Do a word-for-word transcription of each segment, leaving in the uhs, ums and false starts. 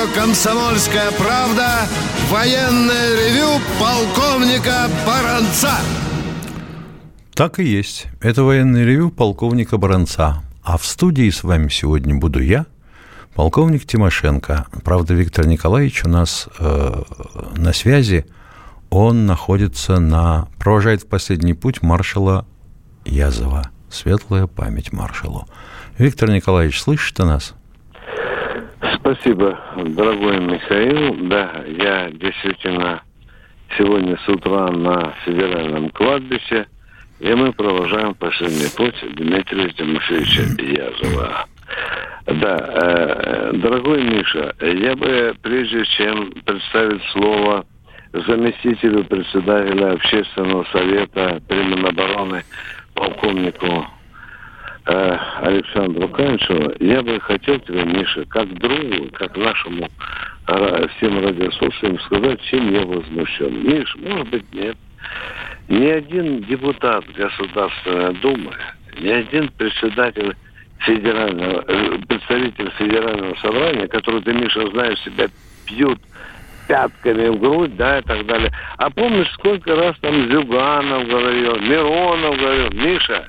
«Комсомольская правда» военное ревю полковника Баранца. Так и есть. Это военное ревю полковника Баранца. А в студии с вами сегодня буду я, полковник Тимошенко. Правда, Виктор Николаевич у нас э, на связи. Он находится на... провожает в последний путь маршала Язова. Светлая память маршалу. Виктор Николаевич, слышите нас? Спасибо, дорогой Михаил. Да, я действительно сегодня с утра на федеральном кладбище, и мы провожаем последний путь Дмитрия Тимофеевича Язова. Да, э, дорогой Миша, я бы, прежде чем представить слово заместителю председателя Общественного совета при Минобороны полковнику э, Александру Каншину, я бы хотел тебе, Миша, как другу, как нашему э, всем радиослушателям сказать, чем я возмущен. Миш, может быть, нет. Ни один депутат Государственной Думы, ни один председатель федерального, э, представитель Федерального собрания, который, ты, Миша, знаешь, себя пьют пятками в грудь, да, и так далее. А помнишь, сколько раз там Зюганов говорил, Миронов говорил, Миша,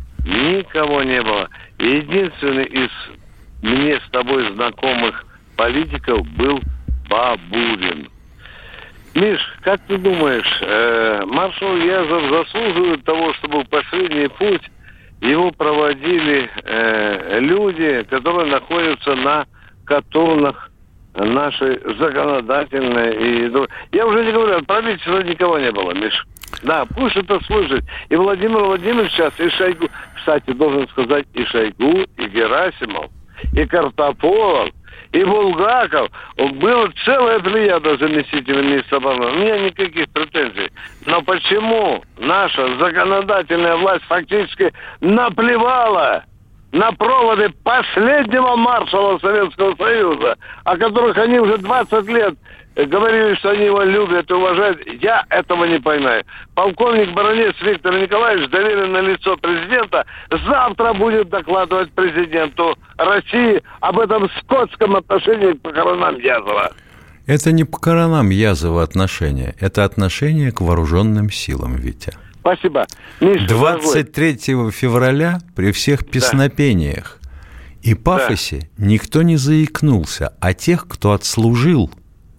никого не было. Единственный из мне с тобой знакомых политиков был Бабурин. Миш, как ты думаешь, э, маршал Язов заслуживает того, чтобы в последний путь его проводили э, люди, которые находятся на катурнах нашей законодательной и... Я уже не говорю, от правительства никого не было, Миш. Да, пусть это служит. И Владимир Владимирович сейчас, и Шойгу, кстати, должен сказать, и Шойгу, и Герасимов, и Картополов, и Булгаков. Была целая плеяда заместителей министра обороны. У меня никаких претензий. Но почему наша законодательная власть фактически наплевала на проводы последнего маршала Советского Союза, о которых они уже двадцать лет говорили, что они его любят и уважают? Я этого не понимаю. Полковник Баранец Виктор Николаевич, доверенное лицо президента, завтра будет докладывать президенту России об этом скотском отношении к похоронам Язова. Это не к похоронам Язова отношение, это отношение к вооруженным силам, Витя. Спасибо. Миша, двадцать третьего февраля при всех песнопениях да. и пафосе да. никто не заикнулся о тех, кто отслужил.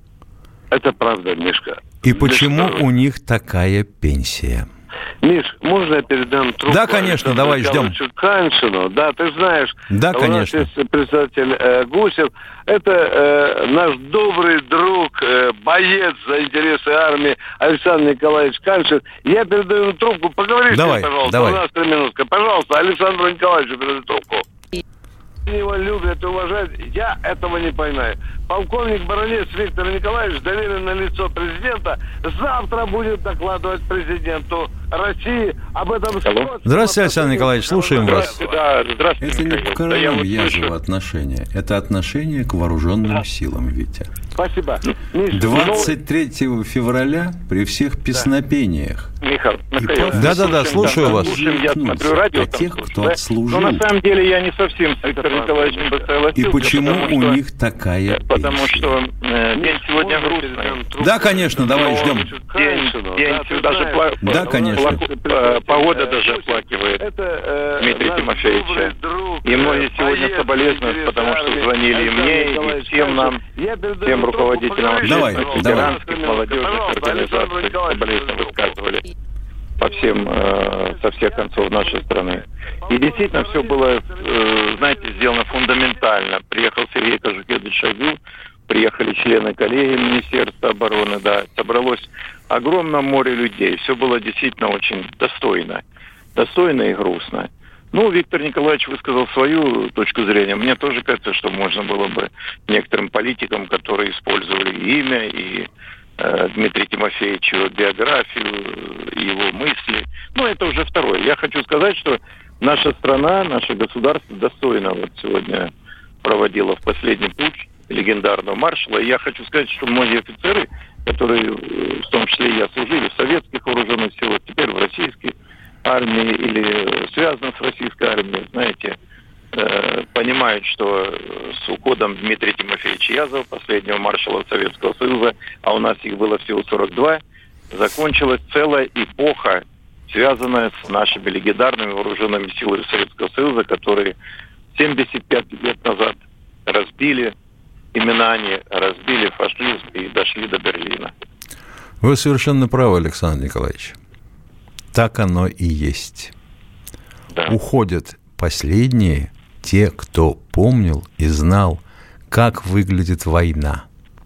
Это правда, Мишка. И почему Мишка... у них такая пенсия? Миш, можно я передам трубку? Да, конечно, давай ждем. Каншину, да, ты знаешь, да, у конечно. нас есть председатель э, Гусев, это э, наш добрый друг, э, боец за интересы армии Александр Николаевич Каншин. Я передаю ему трубку, поговорите, давай, пожалуйста, давай. у нас три минутки. Пожалуйста, Александру Николаевичу передаю трубку. Его любят и уважают, я этого не понимаю. Полковник Баранец Виктор Николаевич, доверенное лицо президента, завтра будет докладывать президенту России об этом. Здравствуйте, Александр Николаевич, слушаем вас. Да, здравствуйте. Это не к похоронам да, Язова вот отношение, это отношение к вооруженным да. силам, Витя. Спасибо. двадцать третьего февраля при всех песнопениях. Михаил, Михаил. Да-да-да, слушаю да, вас. Слушаем, я смотрю радио. А тех, там, кто да? отслужил. Но на самом деле я не совсем с Виктором Николаевичем бы согласился. И почему у что, них такая Потому пенсия? что э, день сегодня грустный. Да, конечно, давай ждем. День, день да, даже пла- да, конечно. Пла- погода даже оплакивает это, э, Дмитрия Тимофеевича. И многие сегодня соболезнуют, потому что звонили и мне, и всем нам, всем руководителям общественных, ветеранских, молодежных организаций соболезнования высказывали по всем, э, со всех концов нашей страны. И действительно все было, э, знаете, сделано фундаментально. Приехал Сергей Кожугетович Шойгу, приехали члены коллегии Министерства обороны, да, собралось огромное море людей. Все было действительно очень достойно. Достойно и грустно. Ну, Виктор Николаевич высказал свою точку зрения. Мне тоже кажется, что можно было бы некоторым политикам, которые использовали имя и э, Дмитрия Тимофеевича, его биографию, его мысли. Ну, это уже второе. Я хочу сказать, что наша страна, наше государство достойно вот сегодня проводило в последний путь легендарного маршала. И я хочу сказать, что многие офицеры, которые, в том числе и я, служили в советских вооруженных силах, теперь в российской армии или связаны с российской армией, знаете, э, понимают, понимают, что с уходом Дмитрия Тимофеевича Язова, последнего маршала Советского Союза, а у нас их было всего сорок два, закончилась целая эпоха, связанная с нашими легендарными вооруженными силами Советского Союза, которые семьдесят пять лет назад разбили, именно они разбили фашизм и дошли до Берлина. Вы совершенно правы, Александр Николаевич. Так оно и есть. Да. Уходят последние, те, кто помнил и знал, как выглядит война.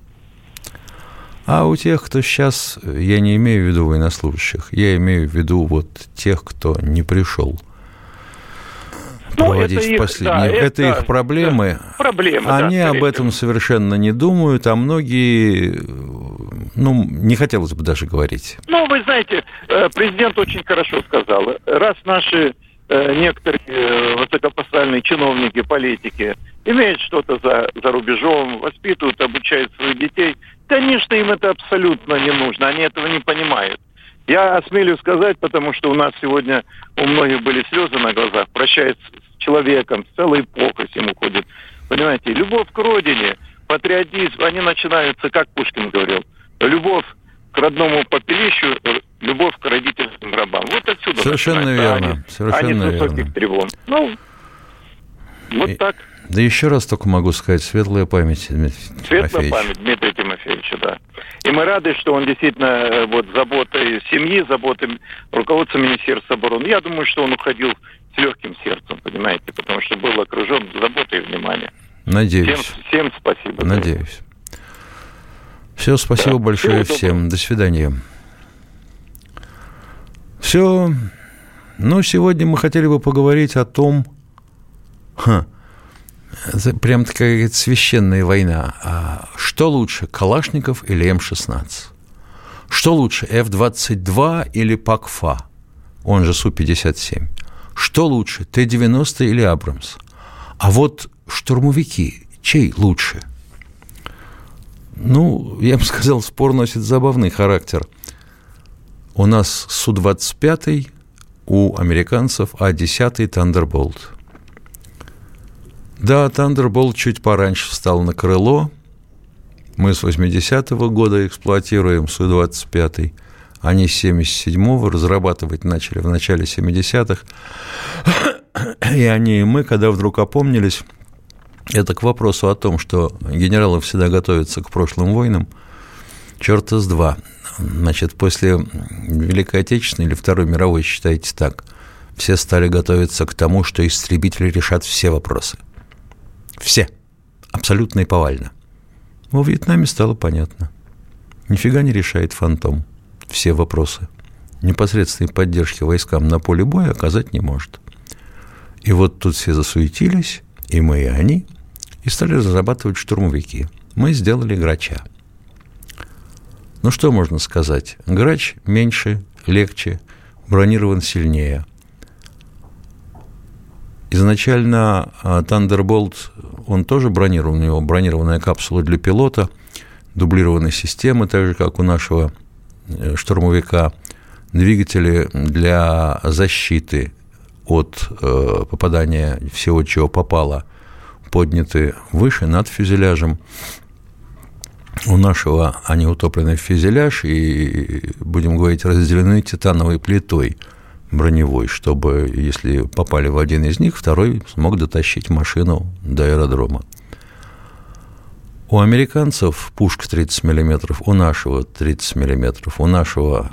А у тех, кто сейчас, я не имею в виду военнослужащих, я имею в виду вот тех, кто не пришел ну, проводить это их, последние. Да, это, это их проблемы. Да, проблемы Они да, об этом совершенно не думают, а многие, ну, не хотелось бы даже говорить. Ну, вы знаете, президент очень хорошо сказал. Раз наши некоторые высокопоставленные чиновники, политики имеют что-то за, за рубежом, воспитывают, обучают своих детей, конечно, им это абсолютно не нужно, они этого не понимают. Я осмелюсь сказать, потому что у нас сегодня у многих были слезы на глазах, прощаясь с человеком, с целой эпохой всем уходит. Понимаете, любовь к родине, патриотизм, они начинаются, как Пушкин говорил, любовь к родному попелищу, любовь к родительским гробам. Вот отсюда совершенно верно, они, совершенно они с высоких трибун. Ну, вот И, так. Да еще раз только могу сказать, светлая память Дмитрия Тимофеевича. Светлая память Дмитрия Тимофеевича, да. И мы рады, что он действительно вот заботой семьи, заботой руководства Министерства обороны. Я думаю, что он уходил с легким сердцем, понимаете, потому что был окружен заботой и вниманием. Надеюсь. Всем, всем спасибо. Надеюсь. Все, спасибо да. большое Всего всем. Доброго. До свидания. Все. Ну, сегодня мы хотели бы поговорить о том... Ха, это прям такая священная война. А что лучше, Калашников или эм шестнадцать? Что лучше, эф двадцать два или ПАК-ФА, он же Су пятьдесят семь? Что лучше, Т девяносто или Абрамс? А вот штурмовики, чей лучше? Ну, я бы сказал, спор носит забавный характер. У нас Су двадцать пять, у американцев А десять Тандерболт. Да, Thunderbolt чуть пораньше встал на крыло. Мы с восьмидесятого года эксплуатируем Су двадцать пять. Они с семьдесят седьмого разрабатывать начали в начале семидесятых. И они и мы, когда вдруг опомнились, это к вопросу о том, что генералы всегда готовятся к прошлым войнам, черта с два. Значит, после Великой Отечественной или Второй мировой, считайте так, все стали готовиться к тому, что истребители решат все вопросы. Все. Абсолютно и повально. Во Вьетнаме стало понятно. Нифига не решает «Фантом» все вопросы. Непосредственной поддержки войскам на поле боя оказать не может. И вот тут все засуетились, и мы, и они, и стали разрабатывать штурмовики. Мы сделали «Грача». Ну, что можно сказать? «Грач» меньше, легче, бронирован сильнее. Изначально Thunderbolt, он тоже бронирован, у него бронированная капсула для пилота, дублированная система, так же, как у нашего штурмовика, двигатели для защиты от э, попадания всего, чего попало, подняты выше, над фюзеляжем. У нашего они утоплены в фюзеляж и, будем говорить, разделены титановой плитой броневой, чтобы, если попали в один из них, второй смог дотащить машину до аэродрома. У американцев пушка тридцать миллиметров, у нашего тридцать миллиметров, у нашего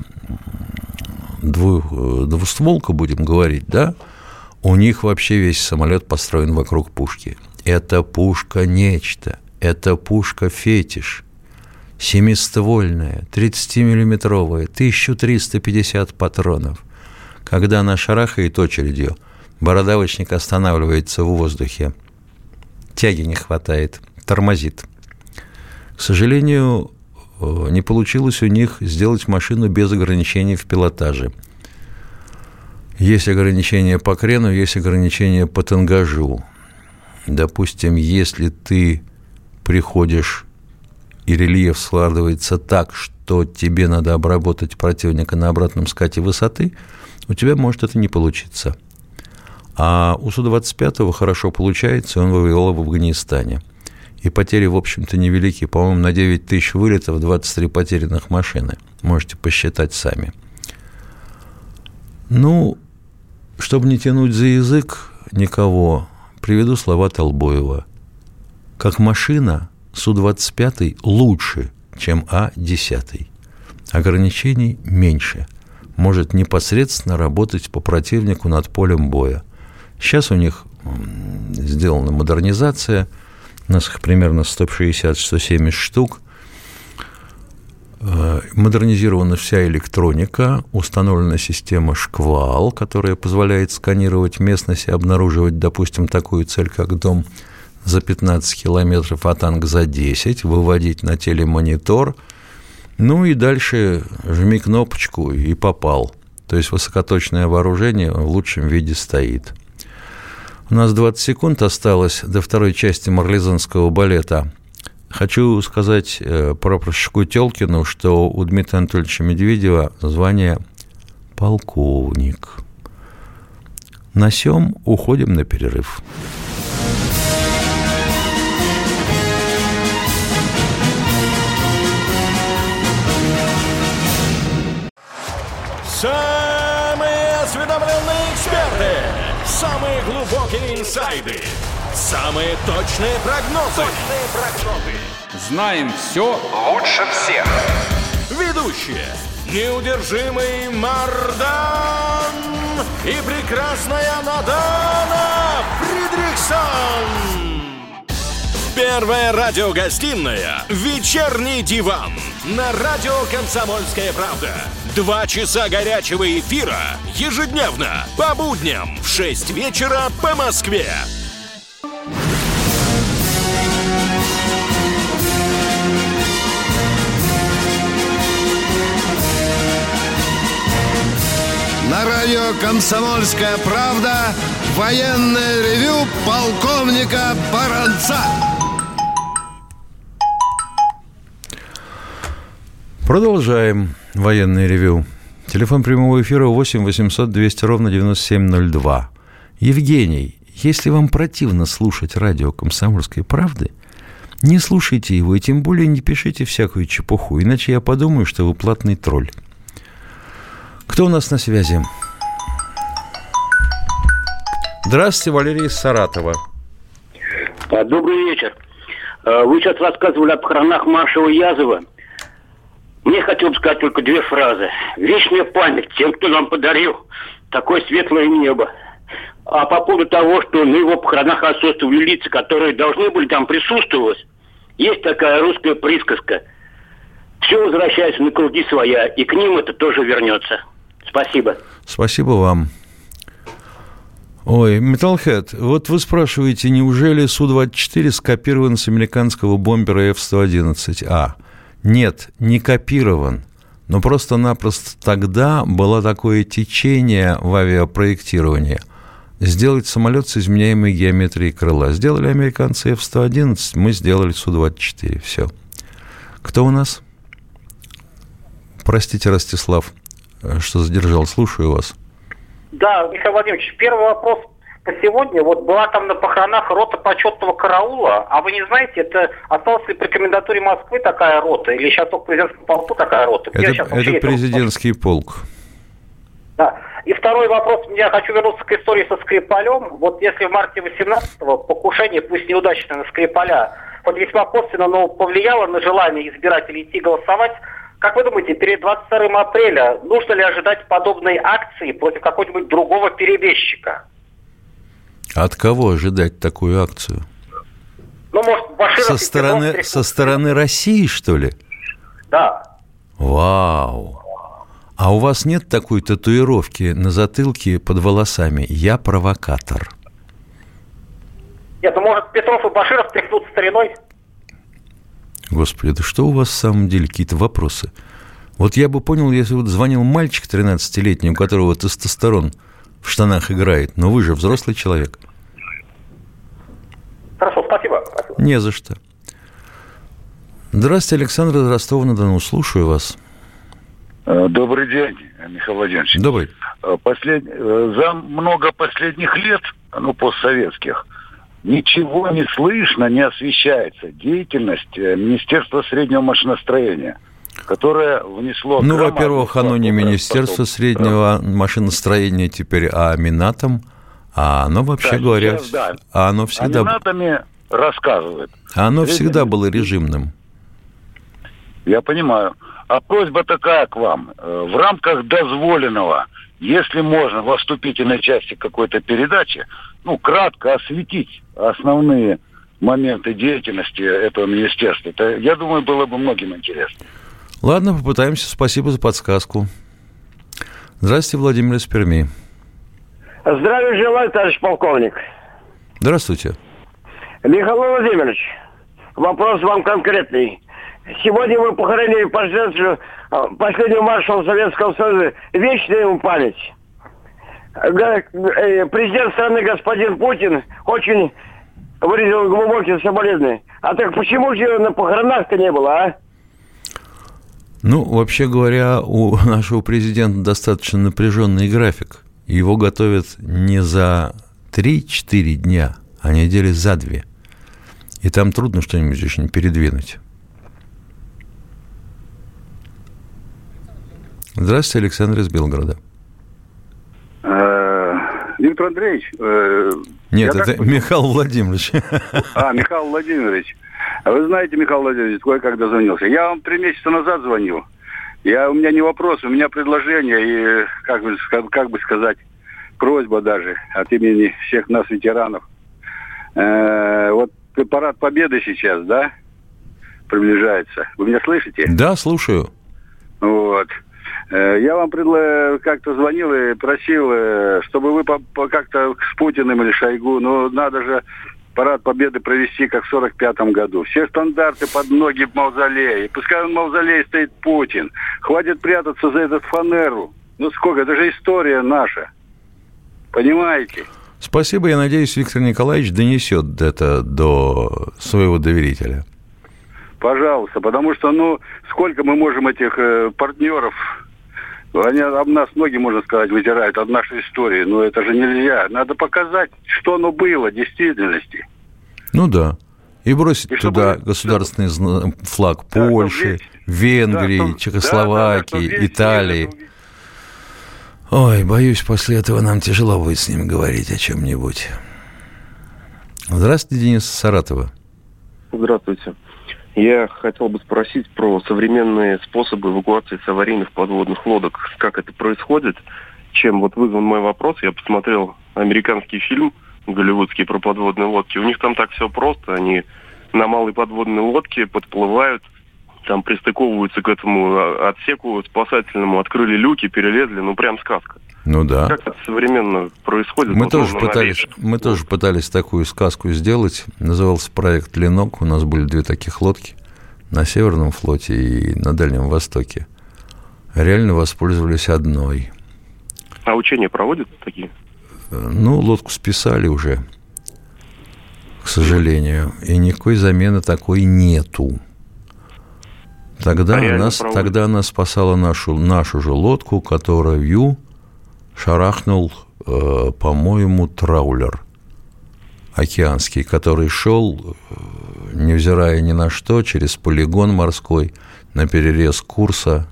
двух, двустволка, будем говорить, да, у них вообще весь самолет построен вокруг пушки. Это пушка нечто, это пушка фетиш, семиствольная, тридцатимиллиметровая, тысяча триста пятьдесят патронов. Когда она шарахает очередью, бородавочник останавливается в воздухе, тяги не хватает, тормозит. К сожалению, не получилось у них сделать машину без ограничений в пилотаже. Есть ограничения по крену, есть ограничения по тангажу. Допустим, если ты приходишь, и рельеф складывается так, что тебе надо обработать противника на обратном скате высоты, у тебя может это не получиться. А у Су двадцать пять хорошо получается, он воевал в Афганистане. И потери, в общем-то, невеликие. По-моему, на девять тысяч вылетов двадцать три потерянных машины. Можете посчитать сами. Ну, чтобы не тянуть за язык никого, приведу слова Толбоева. Как машина, Су двадцать пять лучше, чем А десять. Ограничений меньше. Может непосредственно работать по противнику над полем боя. Сейчас у них сделана модернизация. У нас их примерно сто шестьдесят - сто семьдесят штук. Модернизирована вся электроника, установлена система «Шквал», которая позволяет сканировать местность и обнаруживать, допустим, такую цель, как дом за пятнадцать километров, а танк за десять, выводить на телемонитор. Ну и дальше жми кнопочку и попал. То есть высокоточное вооружение в лучшем виде стоит. У нас двадцать секунд осталось до второй части марлезонского балета. Хочу сказать прапорщику Тёлкину, что у Дмитрия Анатольевича Медведева звание полковник. На сём уходим на перерыв. Самые осведомленные эксперты, самые глубокие инсайды, самые точные прогнозы. Точные прогнозы. Знаем все лучше всех. Ведущие: неудержимый Мардан и прекрасная Надана Фридрихсон. Первая радиогостинная «Вечерний диван» на радио «Комсомольская правда». Два часа горячего эфира ежедневно по будням в шесть вечера по Москве. На радио «Комсомольская правда» военное ревю полковника Баранца. Продолжаем военное ревю. Телефон прямого эфира восемь восемьсот двести ровно девяносто семь ноль два. Евгений, если вам противно слушать радио «Комсомольской правды», не слушайте его и тем более не пишите всякую чепуху, иначе я подумаю, что вы платный тролль. Кто у нас на связи? Здравствуйте, Валерий из Саратова. Добрый вечер. Вы сейчас рассказывали о похоронах маршала Язова. Мне хотелось бы сказать только две фразы. Вечная память тем, кто нам подарил такое светлое небо. А по поводу того, что на его похоронах отсутствовали лица, которые должны были там присутствовать, есть такая русская присказка. Все возвращается на круги своя, и к ним это тоже вернется. Спасибо. Спасибо вам. Ой, Metalhead, вот вы спрашиваете, неужели Су двадцать четыре скопирован с американского бомбера эф сто одиннадцать а? Нет, не копирован. Но просто-напросто тогда было такое течение в авиапроектировании. Сделать самолет с изменяемой геометрией крыла. Сделали американцы эф сто одиннадцать, мы сделали Су двадцать четыре. Все. Кто у нас? Простите, Ростислав, что задержал. Слушаю вас. Да, Михаил Владимирович, первый вопрос по сегодня. Вот была там на похоронах рота почетного караула, а вы не знаете, это осталась ли при комендатуре Москвы такая рота, или сейчас только в президентском полку такая рота? Это, это президентский полк. Да. И второй вопрос, я хочу вернуться к истории со Скрипалем. Вот если в марте восемнадцатого покушение, пусть неудачное, на Скрипаля, хоть весьма косвенно, но повлияло на желание избирателей идти голосовать, как вы думаете, перед двадцать вторым апреля нужно ли ожидать подобной акции против какого-нибудь другого перебежчика? От кого ожидать такую акцию? Ну, может, Баширов... Со стороны, со стороны России, что ли? Да. Вау. А у вас нет такой татуировки на затылке под волосами «Я провокатор»? Нет, ну, может, Петров и Баширов тряхнут стариной? Господи, да что у вас в самом деле какие-то вопросы? Вот я бы понял, если вот звонил мальчик тринадцатилетний, у которого тестостерон в штанах играет, но вы же взрослый человек. Хорошо, спасибо. Не за что. Здравствуйте, Александр из Ростова-на-Дону. Слушаю вас. Добрый день, Михаил Владимирович. Добрый. послед... за много последних лет, ну, постсоветских, ничего не слышно, не освещается деятельность Министерства среднего машиностроения, которое внесло... Ну, во-первых, оно не Министерство среднего да. машиностроения теперь, а Минатом, а оно, вообще да, говоря, сейчас, да. а оно всегда... А Минатами рассказывает. А оно Средний... всегда было режимным. Я понимаю. А просьба такая к вам. В рамках дозволенного, если можно, во вступительной части какой-то передачи, ну, кратко осветить основные моменты деятельности этого министерства. Это, я думаю, было бы многим интересно. Ладно, попытаемся. Спасибо за подсказку. Здравствуйте, Владимир из Перми. Здравия желаю, товарищ полковник. Здравствуйте. Михаил Владимирович, вопрос вам конкретный. Сегодня вы похоронили последнего маршала Советского Союза. Вечная ему память. Президент страны господин Путин очень выразил глубокие соболезнования. А так почему же на похоронах-то не было, а? Ну, вообще говоря, у нашего президента достаточно напряженный график. Его готовят не за три-четыре дня, а недели за две. И там трудно что-нибудь очень передвинуть. Здравствуйте, Александр из Белгорода. Виктор Андреевич. Нет, это так... Михаил Владимирович. А, Михаил Владимирович. Вы знаете, Михаил Владимирович, кое-как дозвонился. Я вам три месяца назад звонил. Я, у меня не вопрос, у меня предложение и, как бы, как бы сказать, просьба даже от имени всех нас, ветеранов. Э, вот парад Победы сейчас, да, приближается. Вы меня слышите? Да, слушаю. Вот. Я вам предла... как-то звонил и просил, чтобы вы по... По... как-то с Путиным или Шойгу, ну, надо же парад Победы провести, как в сорок пятом году. Все стандарты под ноги в мавзолее. Пускай он в мавзолее стоит Путин. Хватит прятаться за этот фанеру. Ну, сколько? Это же история наша. Понимаете? Спасибо. Я надеюсь, Виктор Николаевич донесет это до своего доверителя. Пожалуйста. Потому что, ну, сколько мы можем этих э, партнеров... Они об нас ноги, можно сказать, вытирают от нашей истории. Но это же нельзя. Надо показать, что оно было в действительности. Ну да. И бросить и туда чтобы... государственный чтобы... флаг да, Польши, Венгрии, да, чтобы... Чехословакии, да, да, Италии. Это... Ой, боюсь, после этого нам тяжело будет с ним говорить о чем-нибудь. Здравствуйте, Денис из Саратова. Здравствуйте. Я хотел бы спросить про современные способы эвакуации с аварийных подводных лодок. Как это происходит? Чем вот вызван мой вопрос? Я посмотрел американский фильм голливудский про подводные лодки. У них там так все просто. Они на малой подводной лодке подплывают, там пристыковываются к этому отсеку спасательному, открыли люки, перелезли. Ну, прям сказка. Ну да. Как это современно происходит? Мы, вот, тоже, ну, пытались, мы тоже пытались такую сказку сделать. Назывался проект «Ленок». У нас были две таких лодки на Северном флоте и на Дальнем Востоке. Реально воспользовались одной. А учения проводят такие? Ну, лодку списали уже, к сожалению. И никакой замены такой нету. Тогда, а нас, тогда она спасала нашу, нашу же лодку, которую... шарахнул, э, по-моему, траулер океанский, который шел, невзирая ни на что, через полигон морской, на перерез курса.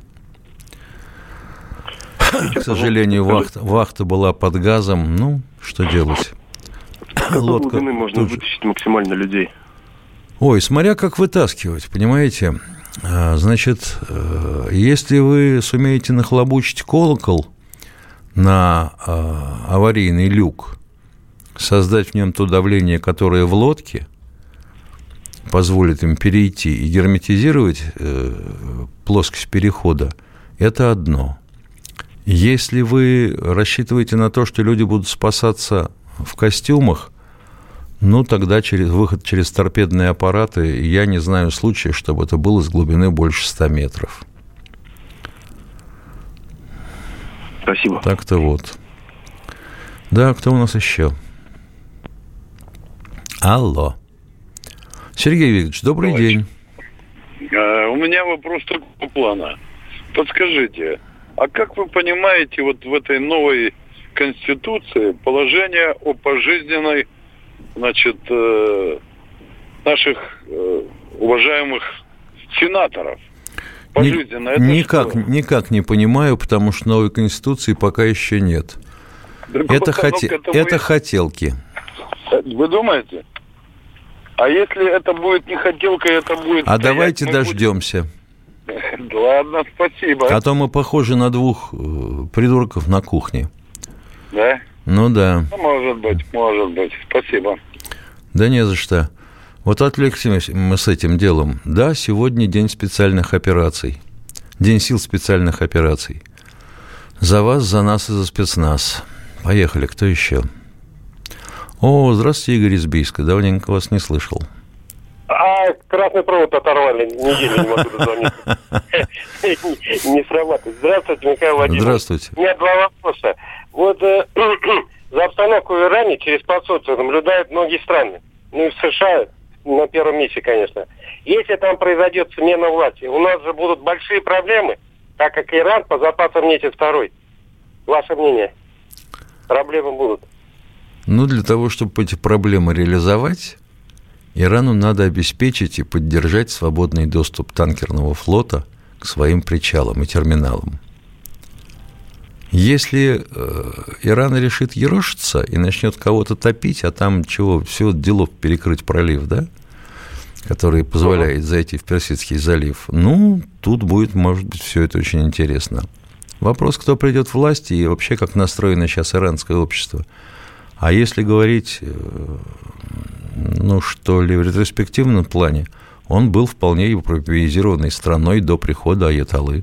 К сожалению, вахта, вахта была под газом. Ну, что делать? Лодка глубины можно тут... вытащить максимально людей? Ой, смотря как вытаскивать, понимаете? Значит, если вы сумеете нахлобучить колокол на э, аварийный люк, создать в нем то давление, которое в лодке, позволит им перейти и герметизировать э, плоскость перехода, это одно. Если вы рассчитываете на то, что люди будут спасаться в костюмах, ну, тогда через выход через торпедные аппараты, я не знаю случая, чтобы это было с глубины больше ста метров. Спасибо. Так-то вот. Да, кто у нас еще? Алло. Сергей Викторович, добрый Товарищ. день. А, у меня вопрос такого плана. Подскажите, А как вы понимаете, вот в этой новой Конституции положение о пожизненной, значит, э, наших э, уважаемых сенаторов? Пожизненно. Это никак, что? никак не понимаю, потому что новой Конституции пока еще нет. Да это вот хоте... это и... хотелки. Вы думаете? А если это будет не хотелка, это будет... А стоять, давайте дождемся. Будем... Ладно, спасибо. А то мы похожи на двух придурков на кухне. Да? Ну да. Ну, может быть, может быть. Спасибо. Да не за что. Вот отвлекся мы с этим делом. Да, сегодня день специальных операций. День сил специальных операций. За вас, за нас и за спецназ. Поехали. Кто еще? О, здравствуйте, Игорь из Бийска. Давненько вас не слышал. А, красный провод оторвали. Неделю не могу дозвониться. Не срабатывает. Здравствуйте, Михаил Владимирович. Здравствуйте. У меня два вопроса. Вот за обстановку в Иране через подсоцию наблюдают многие страны. Ну и в США на первом месте, конечно. Если там произойдет смена власти, у нас же будут большие проблемы, так как Иран по запасам нефти второй. Ваше мнение? Проблемы будут? Ну, для того, чтобы эти проблемы реализовать, Ирану надо обеспечить и поддержать свободный доступ танкерного флота к своим причалам и терминалам. Если э, Иран решит ерошиться и начнет кого-то топить, а там чего, всего делов перекрыть пролив, да, который позволяет зайти в Персидский залив, ну, тут будет, может быть, все это очень интересно. Вопрос, кто придет к власти и вообще, как настроено сейчас иранское общество. А если говорить, ну, что ли, в ретроспективном плане, он был вполне европеизированной страной до прихода Аятоллы.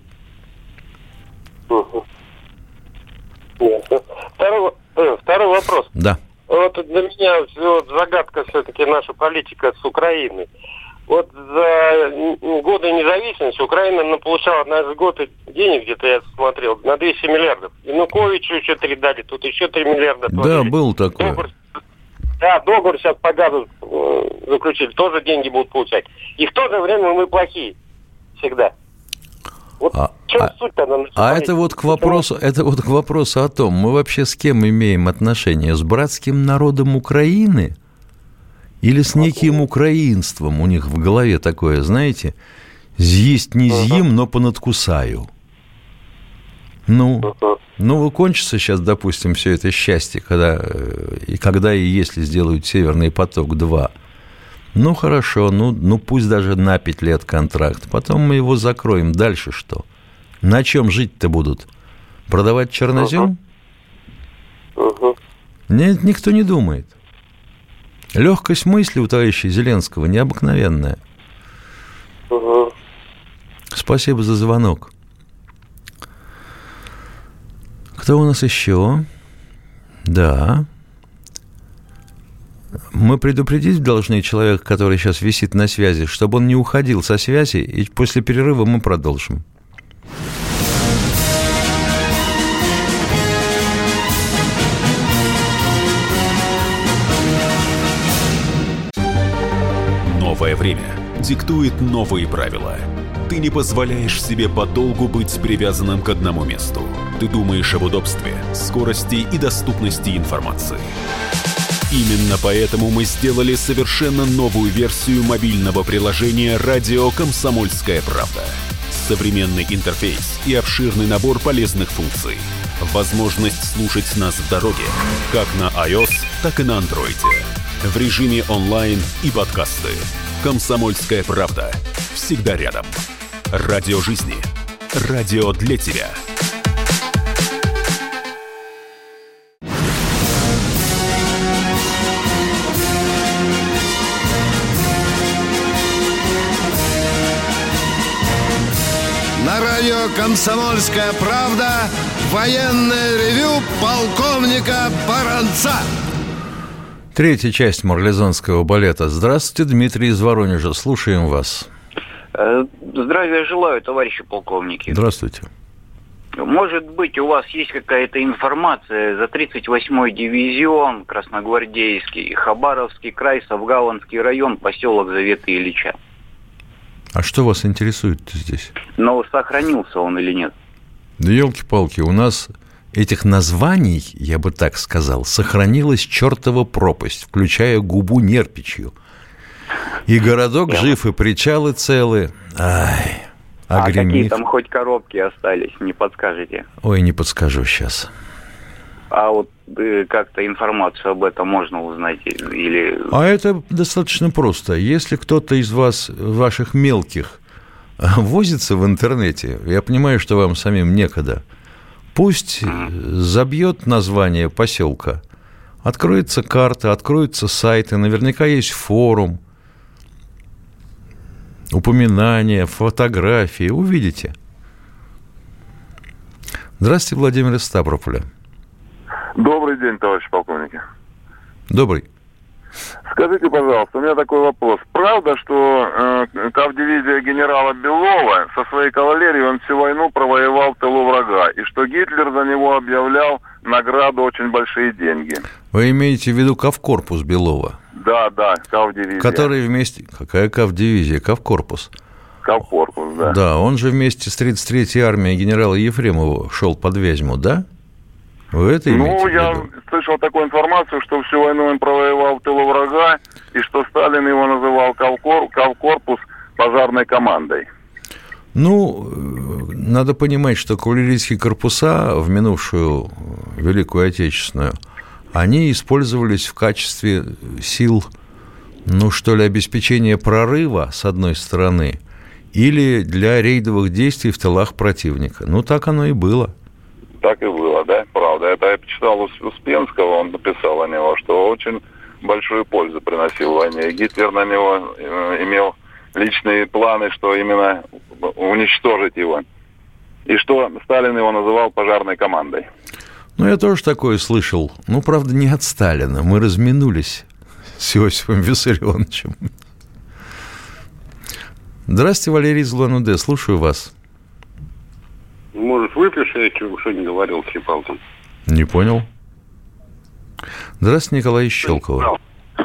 Второй, э, второй вопрос. Да. Вот для меня вот, загадка все-таки наша политика с Украиной. Вот за годы независимости Украина получала на год денег, где-то я смотрел, на двести миллиардов. Януковичу еще три дали, тут еще три миллиарда. Да, был такой. Договор, да, договор сейчас по газу э, заключили, тоже деньги будут получать. И в то же время мы плохие всегда. Вот а, в чем а, суть-то? А это вот к вопросу, это вот к вопросу о том, мы вообще с кем имеем отношение? С братским народом Украины? Или с неким украинством? У них в голове такое, знаете, «з'есть не з'ем, но понадкусаю». Ну, ну, кончится сейчас, допустим, все это счастье, когда и, когда и если сделают «Северный поток-два». Ну, хорошо, ну, ну, пусть даже на пять лет контракт. Потом мы его закроем. Дальше что? На чем жить-то будут? Продавать чернозем? Нет, никто не думает. Легкость мысли у товарища Зеленского необыкновенная. Угу. Спасибо за звонок. Кто у нас еще? Да. Мы предупредить должны человека, который сейчас висит на связи, чтобы он не уходил со связи, и после перерыва мы продолжим. Новое время диктует новые правила. Ты не позволяешь себе подолгу быть привязанным к одному месту. Ты думаешь об удобстве, скорости и доступности информации. Именно поэтому мы сделали совершенно новую версию мобильного приложения «Радио Комсомольская правда». Современный интерфейс и обширный набор полезных функций. Возможность слушать нас в дороге, как на iOS, так и на Android. В режиме онлайн и подкасты. «Комсомольская правда». Всегда рядом. Радио жизни. Радио для тебя. На радио «Комсомольская правда» военное ревю полковника Баранца. Третья часть марлезонского балета. Здравствуйте, Дмитрий из Воронежа. Слушаем вас. Здравия желаю, товарищи полковники. Здравствуйте. Может быть, у вас есть какая-то информация за тридцать восьмой дивизион, Красногвардейский, Хабаровский край, Савгалонский район, поселок Заветы Ильича? А что вас интересует здесь? Но сохранился он или нет? Да елки-палки, у нас этих названий, я бы так сказал, сохранилась чертова пропасть, включая губу Нерпичью. И городок жив, и причалы целы. Ай, а гремит. Какие там хоть коробки остались, не подскажете? Ой, не подскажу сейчас. А вот э, как-то информацию об этом можно узнать? Или... А это достаточно просто. Если кто-то из вас, ваших мелких, возится в интернете, я понимаю, что вам самим некогда, пусть забьет название поселка, откроется карта, откроются сайты, наверняка есть форум, упоминания, фотографии, увидите. Здравствуйте, Владимир из Ставрополя. Добрый день, товарищ полковник. Добрый. Скажите, пожалуйста, у меня такой вопрос. Правда, что э, кавдивизия генерала Белова со своей кавалерией он всю войну провоевал в тылу врага, и что Гитлер за него объявлял награду очень большие деньги? Вы имеете в виду Кавкорпус Белова? Да, да, кавдивизия. Который вместе... Какая кавдивизия? Кавкорпус. Кавкорпус, да. Да, он же вместе с тридцать третьей армией генерала Ефремова шел под Вязьму, да? Вы это имеете Ну, в виду? я слышал такую информацию, что всю войну он провоевал в тылу врага, и что Сталин его называл Кавкор, Кавкорпус пожарной командой. Ну, надо понимать, что кавалерийские корпуса в минувшую Великую Отечественную, они использовались в качестве сил, ну, что ли, обеспечения прорыва, с одной стороны, или для рейдовых действий в тылах противника. Ну, так оно и было. Так и было, да, правда. Это я почитал у Успенского, он написал о него, что очень большую пользу приносил в войне. И Гитлер на него э, имел личные планы, что именно уничтожить его. И что Сталин его называл пожарной командой. Ну, я тоже такое слышал. Ну, правда, не от Сталина. Мы разминулись с Иосифом Виссарионовичем. Здравствуйте, Валерий из Улан-Удэ. Слушаю вас. Может, выпьешь, я что не говорил с Репалтом? Не понял. Здравствуйте, Николай из Щелково.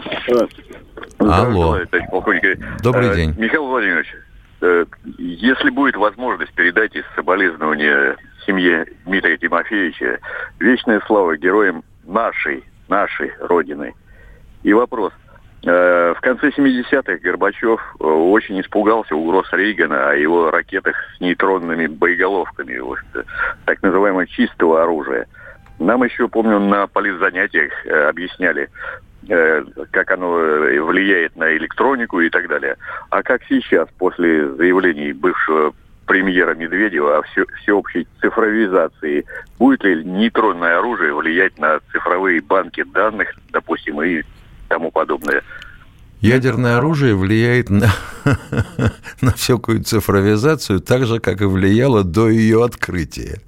Алло. Добрый день. Михаил Владимирович, если будет возможность, передайте соболезнования семье Дмитрия Тимофеевича. Вечная слава героям нашей, нашей Родины. И вопрос. В конце семидесятых Горбачев очень испугался угроз Рейгана о его ракетах с нейтронными боеголовками, вот, так называемого чистого оружия. Нам еще, помню, на политзанятиях объясняли, как оно влияет на электронику и так далее. А как сейчас, после заявлений бывшего премьера Медведева о все, всеобщей цифровизации, будет ли нейтронное оружие влиять на цифровые банки данных, допустим, и тому подобное? Ядерное оружие влияет на, на всякую цифровизацию так же, как и влияло до ее открытия.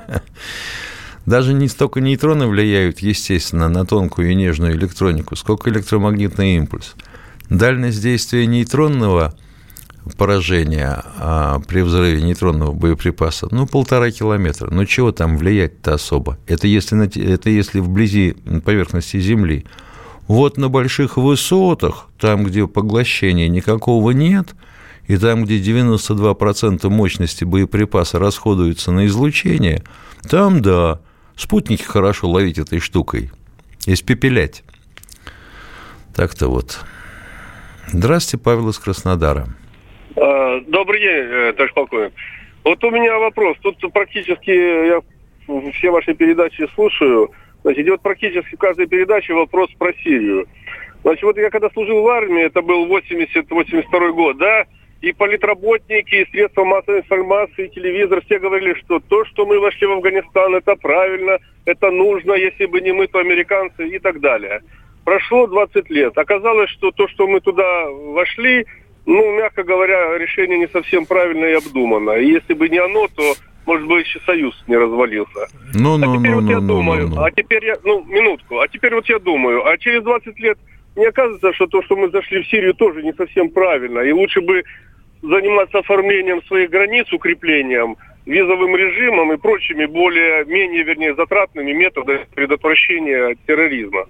Даже не столько нейтроны влияют, естественно, на тонкую и нежную электронику, сколько электромагнитный импульс. Дальность действия нейтронного поражения а при взрыве нейтронного боеприпаса, ну, полтора километра. Ну, чего там влиять-то особо? Это если, на, это если вблизи поверхности Земли. Вот на больших высотах, там, где поглощения никакого нет, и там, где девяносто два процента мощности боеприпаса расходуется на излучение, там, да, спутники хорошо ловить этой штукой, испепелять. Так-то вот. Здравствуйте, Павел из Краснодара. Добрый день, товарищ полковник. Вот у меня вопрос. Тут практически я все ваши передачи слушаю. Значит, идет практически в каждой передаче вопрос про Сирию. Значит, вот я когда служил в армии, это был восемьдесят восемьдесят второй год, да, и политработники, и средства массовой информации, и телевизор, все говорили, что то, что мы вошли в Афганистан, это правильно, это нужно, если бы не мы, то американцы и так далее. Прошло двадцать лет. Оказалось, что то, что мы туда вошли, ну, мягко говоря, решение не совсем правильное и обдуманное. И если бы не оно, то, может быть, еще Союз не развалился. Ну, ну, а теперь ну, вот ну, я ну, думаю, ну, ну. а теперь я, ну, минутку, а теперь вот я думаю, а через двадцать лет мне кажется, что то, что мы зашли в Сирию, тоже не совсем правильно. И лучше бы заниматься оформлением своих границ, укреплением, визовым режимом и прочими более-менее, вернее, затратными методами предотвращения терроризма.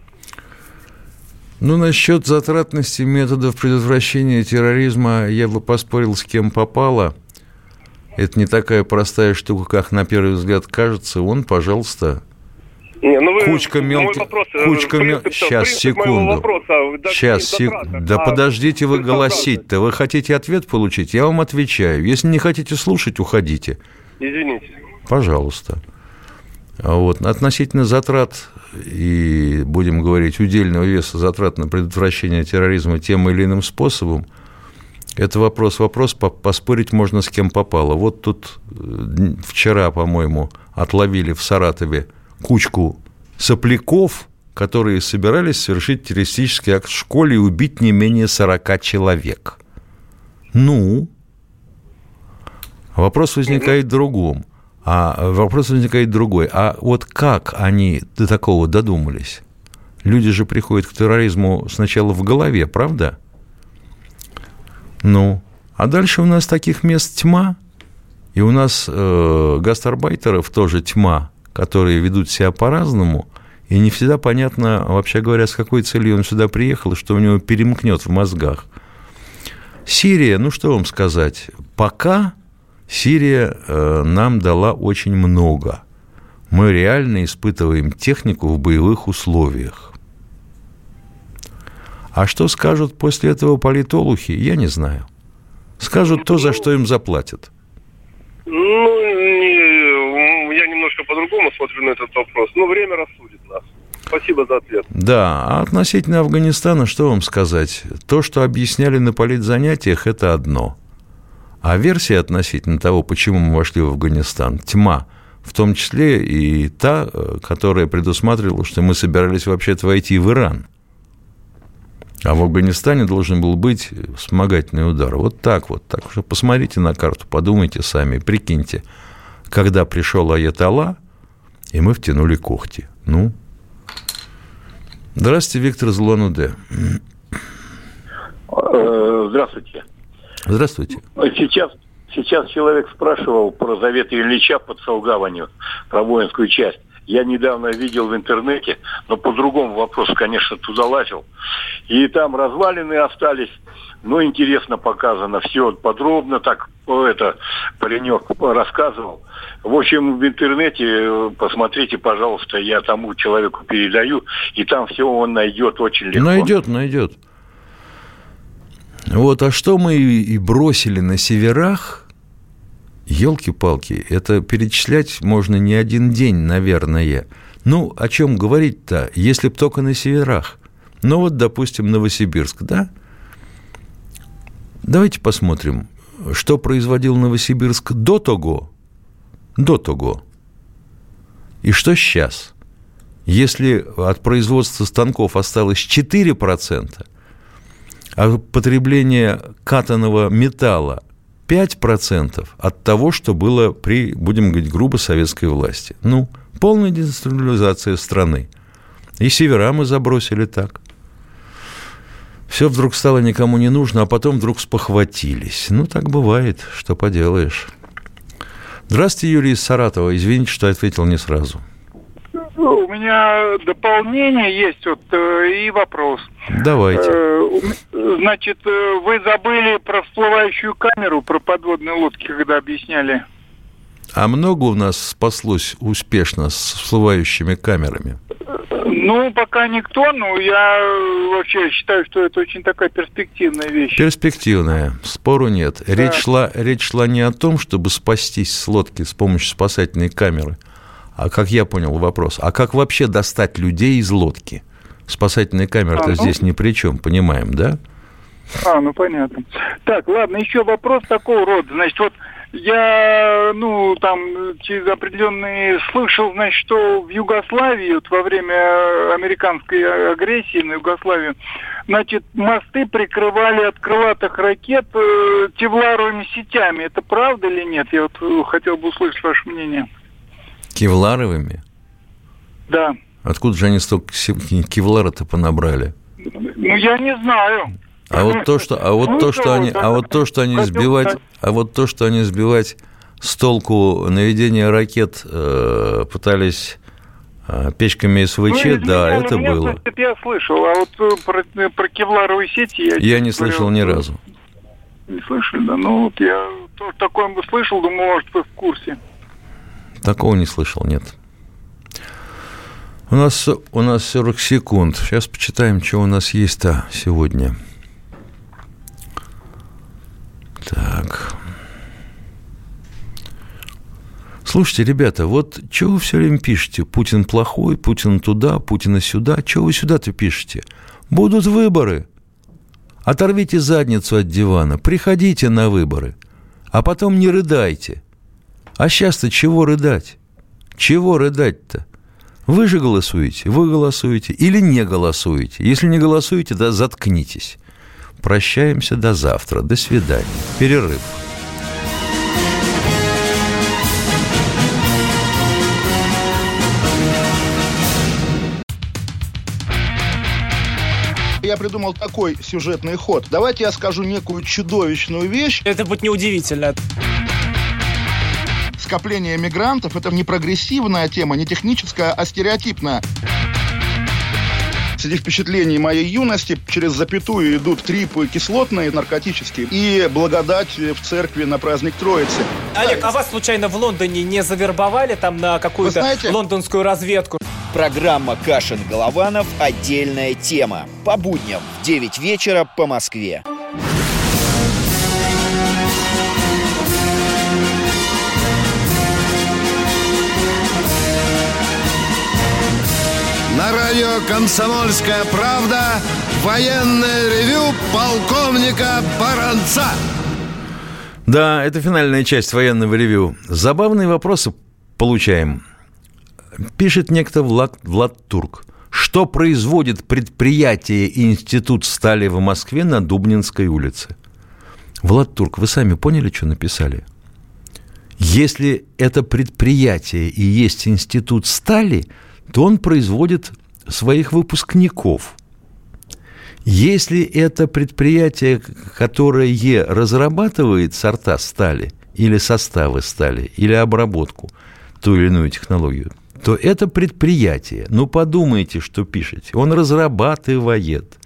Ну, насчет затратности методов предотвращения терроризма я бы поспорил с кем попало. Это не такая простая штука, как на первый взгляд кажется. Вон, пожалуйста, Не, ну вы, кучка мелких... Вопрос, Кучка мел... Сейчас, секунду. Вопроса, Сейчас, сек... да а подождите вы голосить-то. Вы хотите ответ получить? Я вам отвечаю. Если не хотите слушать, уходите. Извините. Пожалуйста. Вот. Относительно затрат и, будем говорить, удельного веса затрат на предотвращение терроризма тем или иным способом, это вопрос. Вопрос поспорить можно с кем попало. Вот тут вчера, по-моему, отловили в Саратове кучку сопляков, которые собирались совершить террористический акт в школе и убить не менее сорока человек. Ну, вопрос возникает в другом. А вопрос возникает другой. А вот как они до такого додумались? Люди же приходят к терроризму сначала в голове, правда? Ну, а дальше у нас таких мест тьма, и у нас э, гастарбайтеров тоже тьма, которые ведут себя по-разному, и не всегда понятно, вообще говоря, с какой целью он сюда приехал, и что у него перемкнет в мозгах. Сирия, ну что вам сказать, пока Сирия э, нам дала очень много. Мы реально испытываем технику в боевых условиях. А что скажут после этого политологи, я не знаю. Скажут то, за что им заплатят. Ну, не, я немножко по-другому смотрю на этот вопрос, но время рассудит нас. Спасибо за ответ. Да, а относительно Афганистана, что вам сказать? То, что объясняли на политзанятиях, это одно. А версия относительно того, почему мы вошли в Афганистан, тьма, в том числе и та, которая предусматривала, что мы собирались вообще-то войти в Иран. А в Афганистане должен был быть вспомогательный удар. Вот так вот. Так что посмотрите на карту, подумайте сами, прикиньте, когда пришел Аятолла, и мы втянули когти. Ну. Здравствуйте, Виктор из Улан-Удэ. Здравствуйте. Здравствуйте. Сейчас, сейчас человек спрашивал про заветы Ильича под Саугаванью, про воинскую часть. Я недавно видел в интернете, но по другому вопросу, конечно, туда лазил. И там развалины остались, но интересно показано, все подробно, так это паренек рассказывал. В общем, в интернете посмотрите, пожалуйста, я тому человеку передаю, и там все он найдет очень легко. Найдет, найдет. Вот, а что мы и бросили на северах, елки-палки, это перечислять можно не один день, наверное. Ну, о чем говорить-то, если б только на северах? Ну, вот, допустим, Новосибирск, да? Давайте посмотрим, что производил Новосибирск до того, до того, и что сейчас. Если от производства станков осталось четыре процента, а потребление катанного металла пять процентов от того, что было при, будем говорить, грубо советской власти. Ну, полная деиндустриализация страны. И севера мы забросили так. Все вдруг стало никому не нужно, а потом вдруг спохватились. Ну, так бывает, что поделаешь. Здравствуйте, Юрий из Саратова. Извините, что ответил не сразу. У меня дополнение есть вот, и вопрос. Давайте. Значит, вы забыли про всплывающую камеру, про подводные лодки, когда объясняли. А много у нас спаслось успешно с всплывающими камерами? Ну, пока никто, но я вообще считаю, что это очень такая перспективная вещь. Перспективная, спору нет. Да. Речь шла, речь шла не о том, чтобы спастись с лодки с помощью спасательной камеры, а, как я понял вопрос, а как вообще достать людей из лодки? Спасательная камера-то а, ну... здесь ни при чем, понимаем, да? А, ну понятно. Так, ладно, еще вопрос такого рода. Значит, вот я, ну, там, через определенные слышал, значит, что в Югославии, вот во время американской агрессии на Югославию, значит, мосты прикрывали от крылатых ракет э, кевларовыми сетями. Это правда или нет? Я вот хотел бы услышать ваше мнение. Кевларовыми? Да. Откуда же они столько кевлара-то понабрали? Ну, я не знаю. А вот то, что, а вот ну, то, что они, а вот то, что они сбивать, а вот то, что они сбивать с толку наведения ракет э, пытались э, печками эс вэ че, ну, да, это меня, было. Это я слышал, а вот про, про кевларовые сети я, я не слышал ни разу. Не слышали, да, ну вот я тоже такое слышал, думаю, может, вы в курсе. Такого не слышал, нет. У нас, у нас сорок секунд. Сейчас почитаем, что у нас есть-то сегодня. Так. Слушайте, ребята, вот что вы все время пишете? Путин плохой, Путин туда, Путина сюда. Что вы сюда-то пишете? Будут выборы. Оторвите задницу от дивана, приходите на выборы, а потом не рыдайте. А сейчас-то чего рыдать? Чего рыдать-то? Вы же голосуете, вы голосуете или не голосуете. Если не голосуете, да заткнитесь. Прощаемся до завтра. До свидания. Перерыв. Я придумал такой сюжетный ход. Давайте я скажу некую чудовищную вещь. Это будет неудивительно. Скопление мигрантов – это не прогрессивная тема, не техническая, а стереотипная. Среди впечатлений моей юности через запятую идут трипы кислотные, наркотические, и благодать в церкви на праздник Троицы. Олег, а вас случайно в Лондоне не завербовали там на какую-то знаете, лондонскую разведку? Программа «Кашин-Голованов. Отдельная тема». По будням в девять вечера по Москве. На радио «Комсомольская правда» военное ревю полковника Баранца. Да, это финальная часть военного ревю. Забавные вопросы получаем. Пишет некто Влад, Влад Турк. Что производит предприятие Институт стали в Москве на Дубнинской улице? Влад Турк, вы сами поняли, что написали? Если это предприятие и есть Институт стали, то он производит своих выпускников. Если это предприятие, которое разрабатывает сорта стали, или составы стали, или обработку, ту или иную технологию, то это предприятие. Ну, подумайте, что пишете. Он разрабатывает.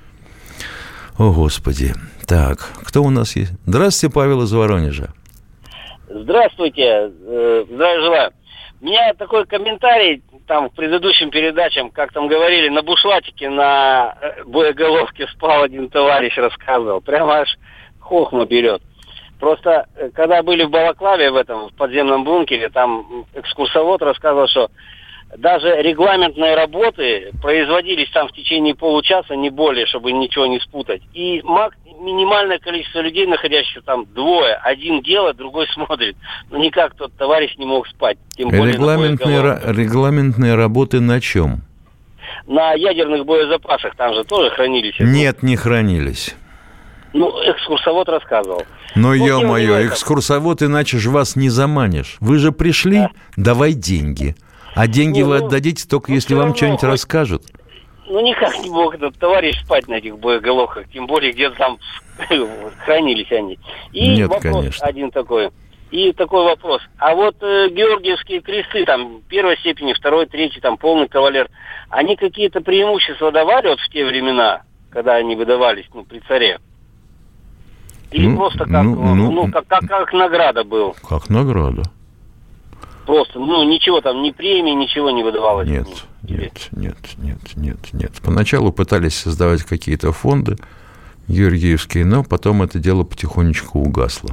О, Господи. Так, кто у нас есть? Здравствуйте, Павел из Воронежа. Здравствуйте. Здравия желаю. У меня такой комментарий, там, в предыдущим передачам, как там говорили, на бушлатике на боеголовке спал один товарищ, рассказывал. Прямо аж хохма берет. Просто, когда были в Балаклаве, в этом, в подземном бункере, там экскурсовод рассказывал, что даже регламентные работы производились там в течение получаса, не более, чтобы ничего не спутать. И мак- минимальное количество людей, находящихся там двое. Один делает, другой смотрит. Но никак тот товарищ не мог спать. Тем более регламентные, ра- регламентные работы на чем? На ядерных боезапасах. Там же тоже хранились. Нет, не хранились. Ну, экскурсовод рассказывал. Но, ё-моё, экскурсовод, иначе же вас не заманишь. Вы же пришли, да. Давай деньги. А деньги ну, вы отдадите только, ну, если вам что-нибудь хоть... расскажут. Ну, никак не мог этот товарищ спать на этих боеголовках. Тем более, где-то там хранились они. И Нет, вопрос конечно. один такой. И такой вопрос. А вот э, георгиевские кресты, там, первой степени, второй, третий, там, полный кавалер, они какие-то преимущества давали вот в те времена, когда они выдавались, ну, при царе? Или ну, просто как, ну, ну, ну, как, как, как награда был? Как награда. Просто, ну, ничего там, ни премии, ничего не выдавалось. Нет, нет, нет, нет, нет, нет. Поначалу пытались создавать какие-то фонды георгиевские, но потом это дело потихонечку угасло.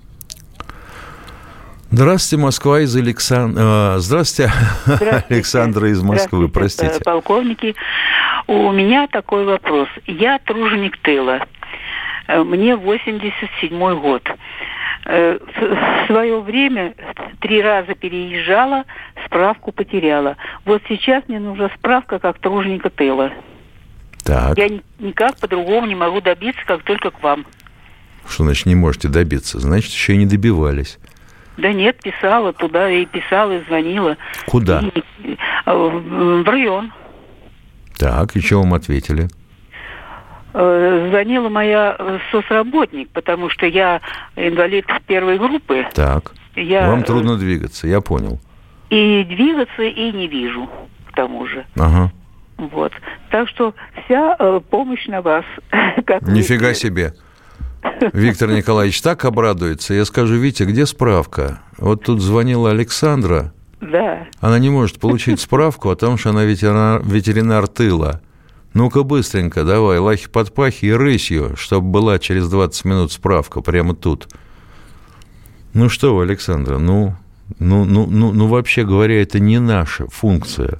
Здравствуйте, Москва из Александра. Здравствуйте, Здравствуйте, Александра из Москвы, простите. Полковники, у меня такой вопрос. Я труженик тыла. Мне восемьдесят седьмой год. В свое время три раза переезжала, справку потеряла. Вот сейчас мне нужна справка как труженика тыла. Так. Я никак по-другому не могу добиться, как только к вам. Что значит не можете добиться? Значит, еще и не добивались. Да нет, писала туда, и писала, и звонила. Куда? И, в район. Так, и что вам ответили? Звонила моя соцработник, потому что я инвалид первой группы. Так, я... вам трудно двигаться, я понял. И двигаться, и не вижу, к тому же. Ага. Вот. Так что вся э, помощь на вас. Как Нифига вы... себе. Виктор Николаевич так обрадуется. Я скажу: Витя, где справка? Вот тут звонила Александра. Да. Она не может получить справку о том, что она ветеринар, ветеринар тыла. Ну-ка быстренько давай, лахи-подпахи и рысью, чтобы была через двадцать минут справка прямо тут. Ну что вы, Александра, ну, ну, ну, ну, ну вообще говоря, это не наша функция.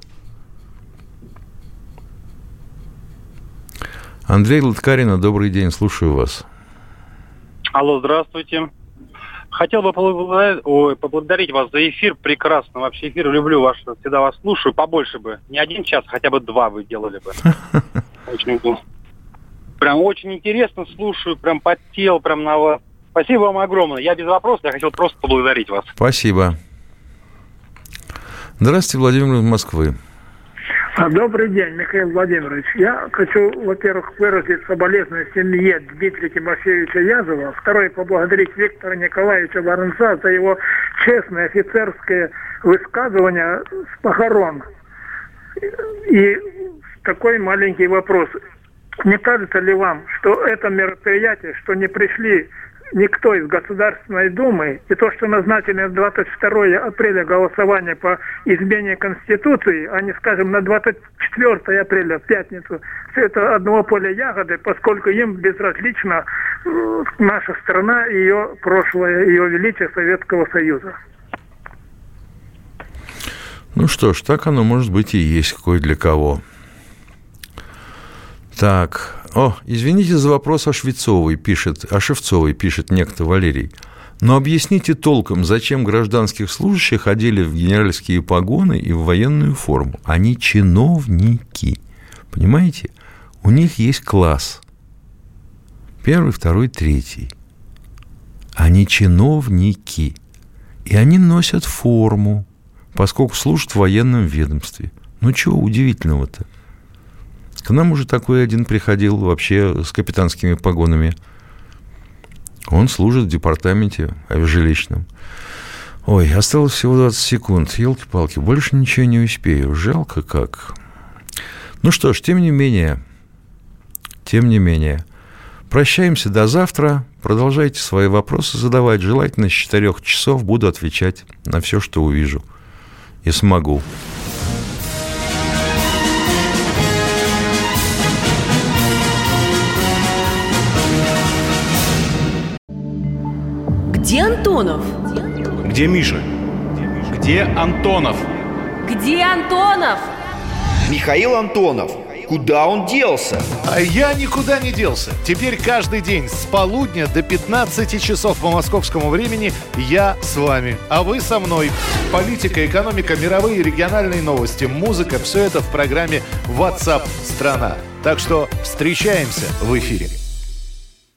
Андрей Лыткарина, добрый день, слушаю вас. Алло, здравствуйте. Хотел бы поблагодарить, ой, поблагодарить вас за эфир. Прекрасно. Вообще эфир люблю ваш, всегда вас слушаю. Побольше бы. Не один час, хотя бы два вы делали бы. Очень, прям очень интересно слушаю. Прям подсел прям на вас. Спасибо вам огромное. Я без вопросов. Я хотел просто поблагодарить вас. Спасибо. Здравствуйте, Владимир из Москвы. Добрый день, Михаил Владимирович. Я хочу, во-первых, выразить соболезнования семье Дмитрия Тимофеевича Язова. Второе, поблагодарить Виктора Николаевича Баранца за его честное офицерское высказывание с похорон. И такой маленький вопрос. Не кажется ли вам, что это мероприятие, что не пришли никто из Государственной Думы, и то, что назначили на двадцать второе апреля голосование по измене Конституции, а не, скажем, на двадцать четвёртое апреля, в пятницу, это одного поля ягоды, поскольку им безразлична э, наша страна и ее прошлое, ее величие Советского Союза. Ну что ж, так оно может быть и есть кое для кого. Так, о, извините за вопрос о Швецовой, пишет, о Шевцовой, пишет некто Валерий. Но объясните толком, зачем гражданских служащих одели в генеральские погоны и в военную форму? Они чиновники, понимаете? У них есть класс. Первый, второй, третий. Они чиновники. И они носят форму, поскольку служат в военном ведомстве. Ну, чего удивительного-то? К нам уже такой один приходил вообще с капитанскими погонами. Он служит в департаменте жилищном. Ой, осталось всего двадцать секунд. Елки-палки, больше ничего не успею. Жалко как. Ну что ж, тем не менее, тем не менее, прощаемся до завтра. Продолжайте свои вопросы задавать. Желательно с четырех часов буду отвечать на все, что увижу и смогу. Где Антонов? Где Миша? Где Антонов? Где Антонов? Михаил Антонов. Куда он делся? А я никуда не делся. Теперь каждый день с полудня до пятнадцати часов по московскому времени я с вами, а вы со мной. Политика, экономика, мировые и региональные новости, музыка – все это в программе WhatsApp страна. Так что встречаемся в эфире.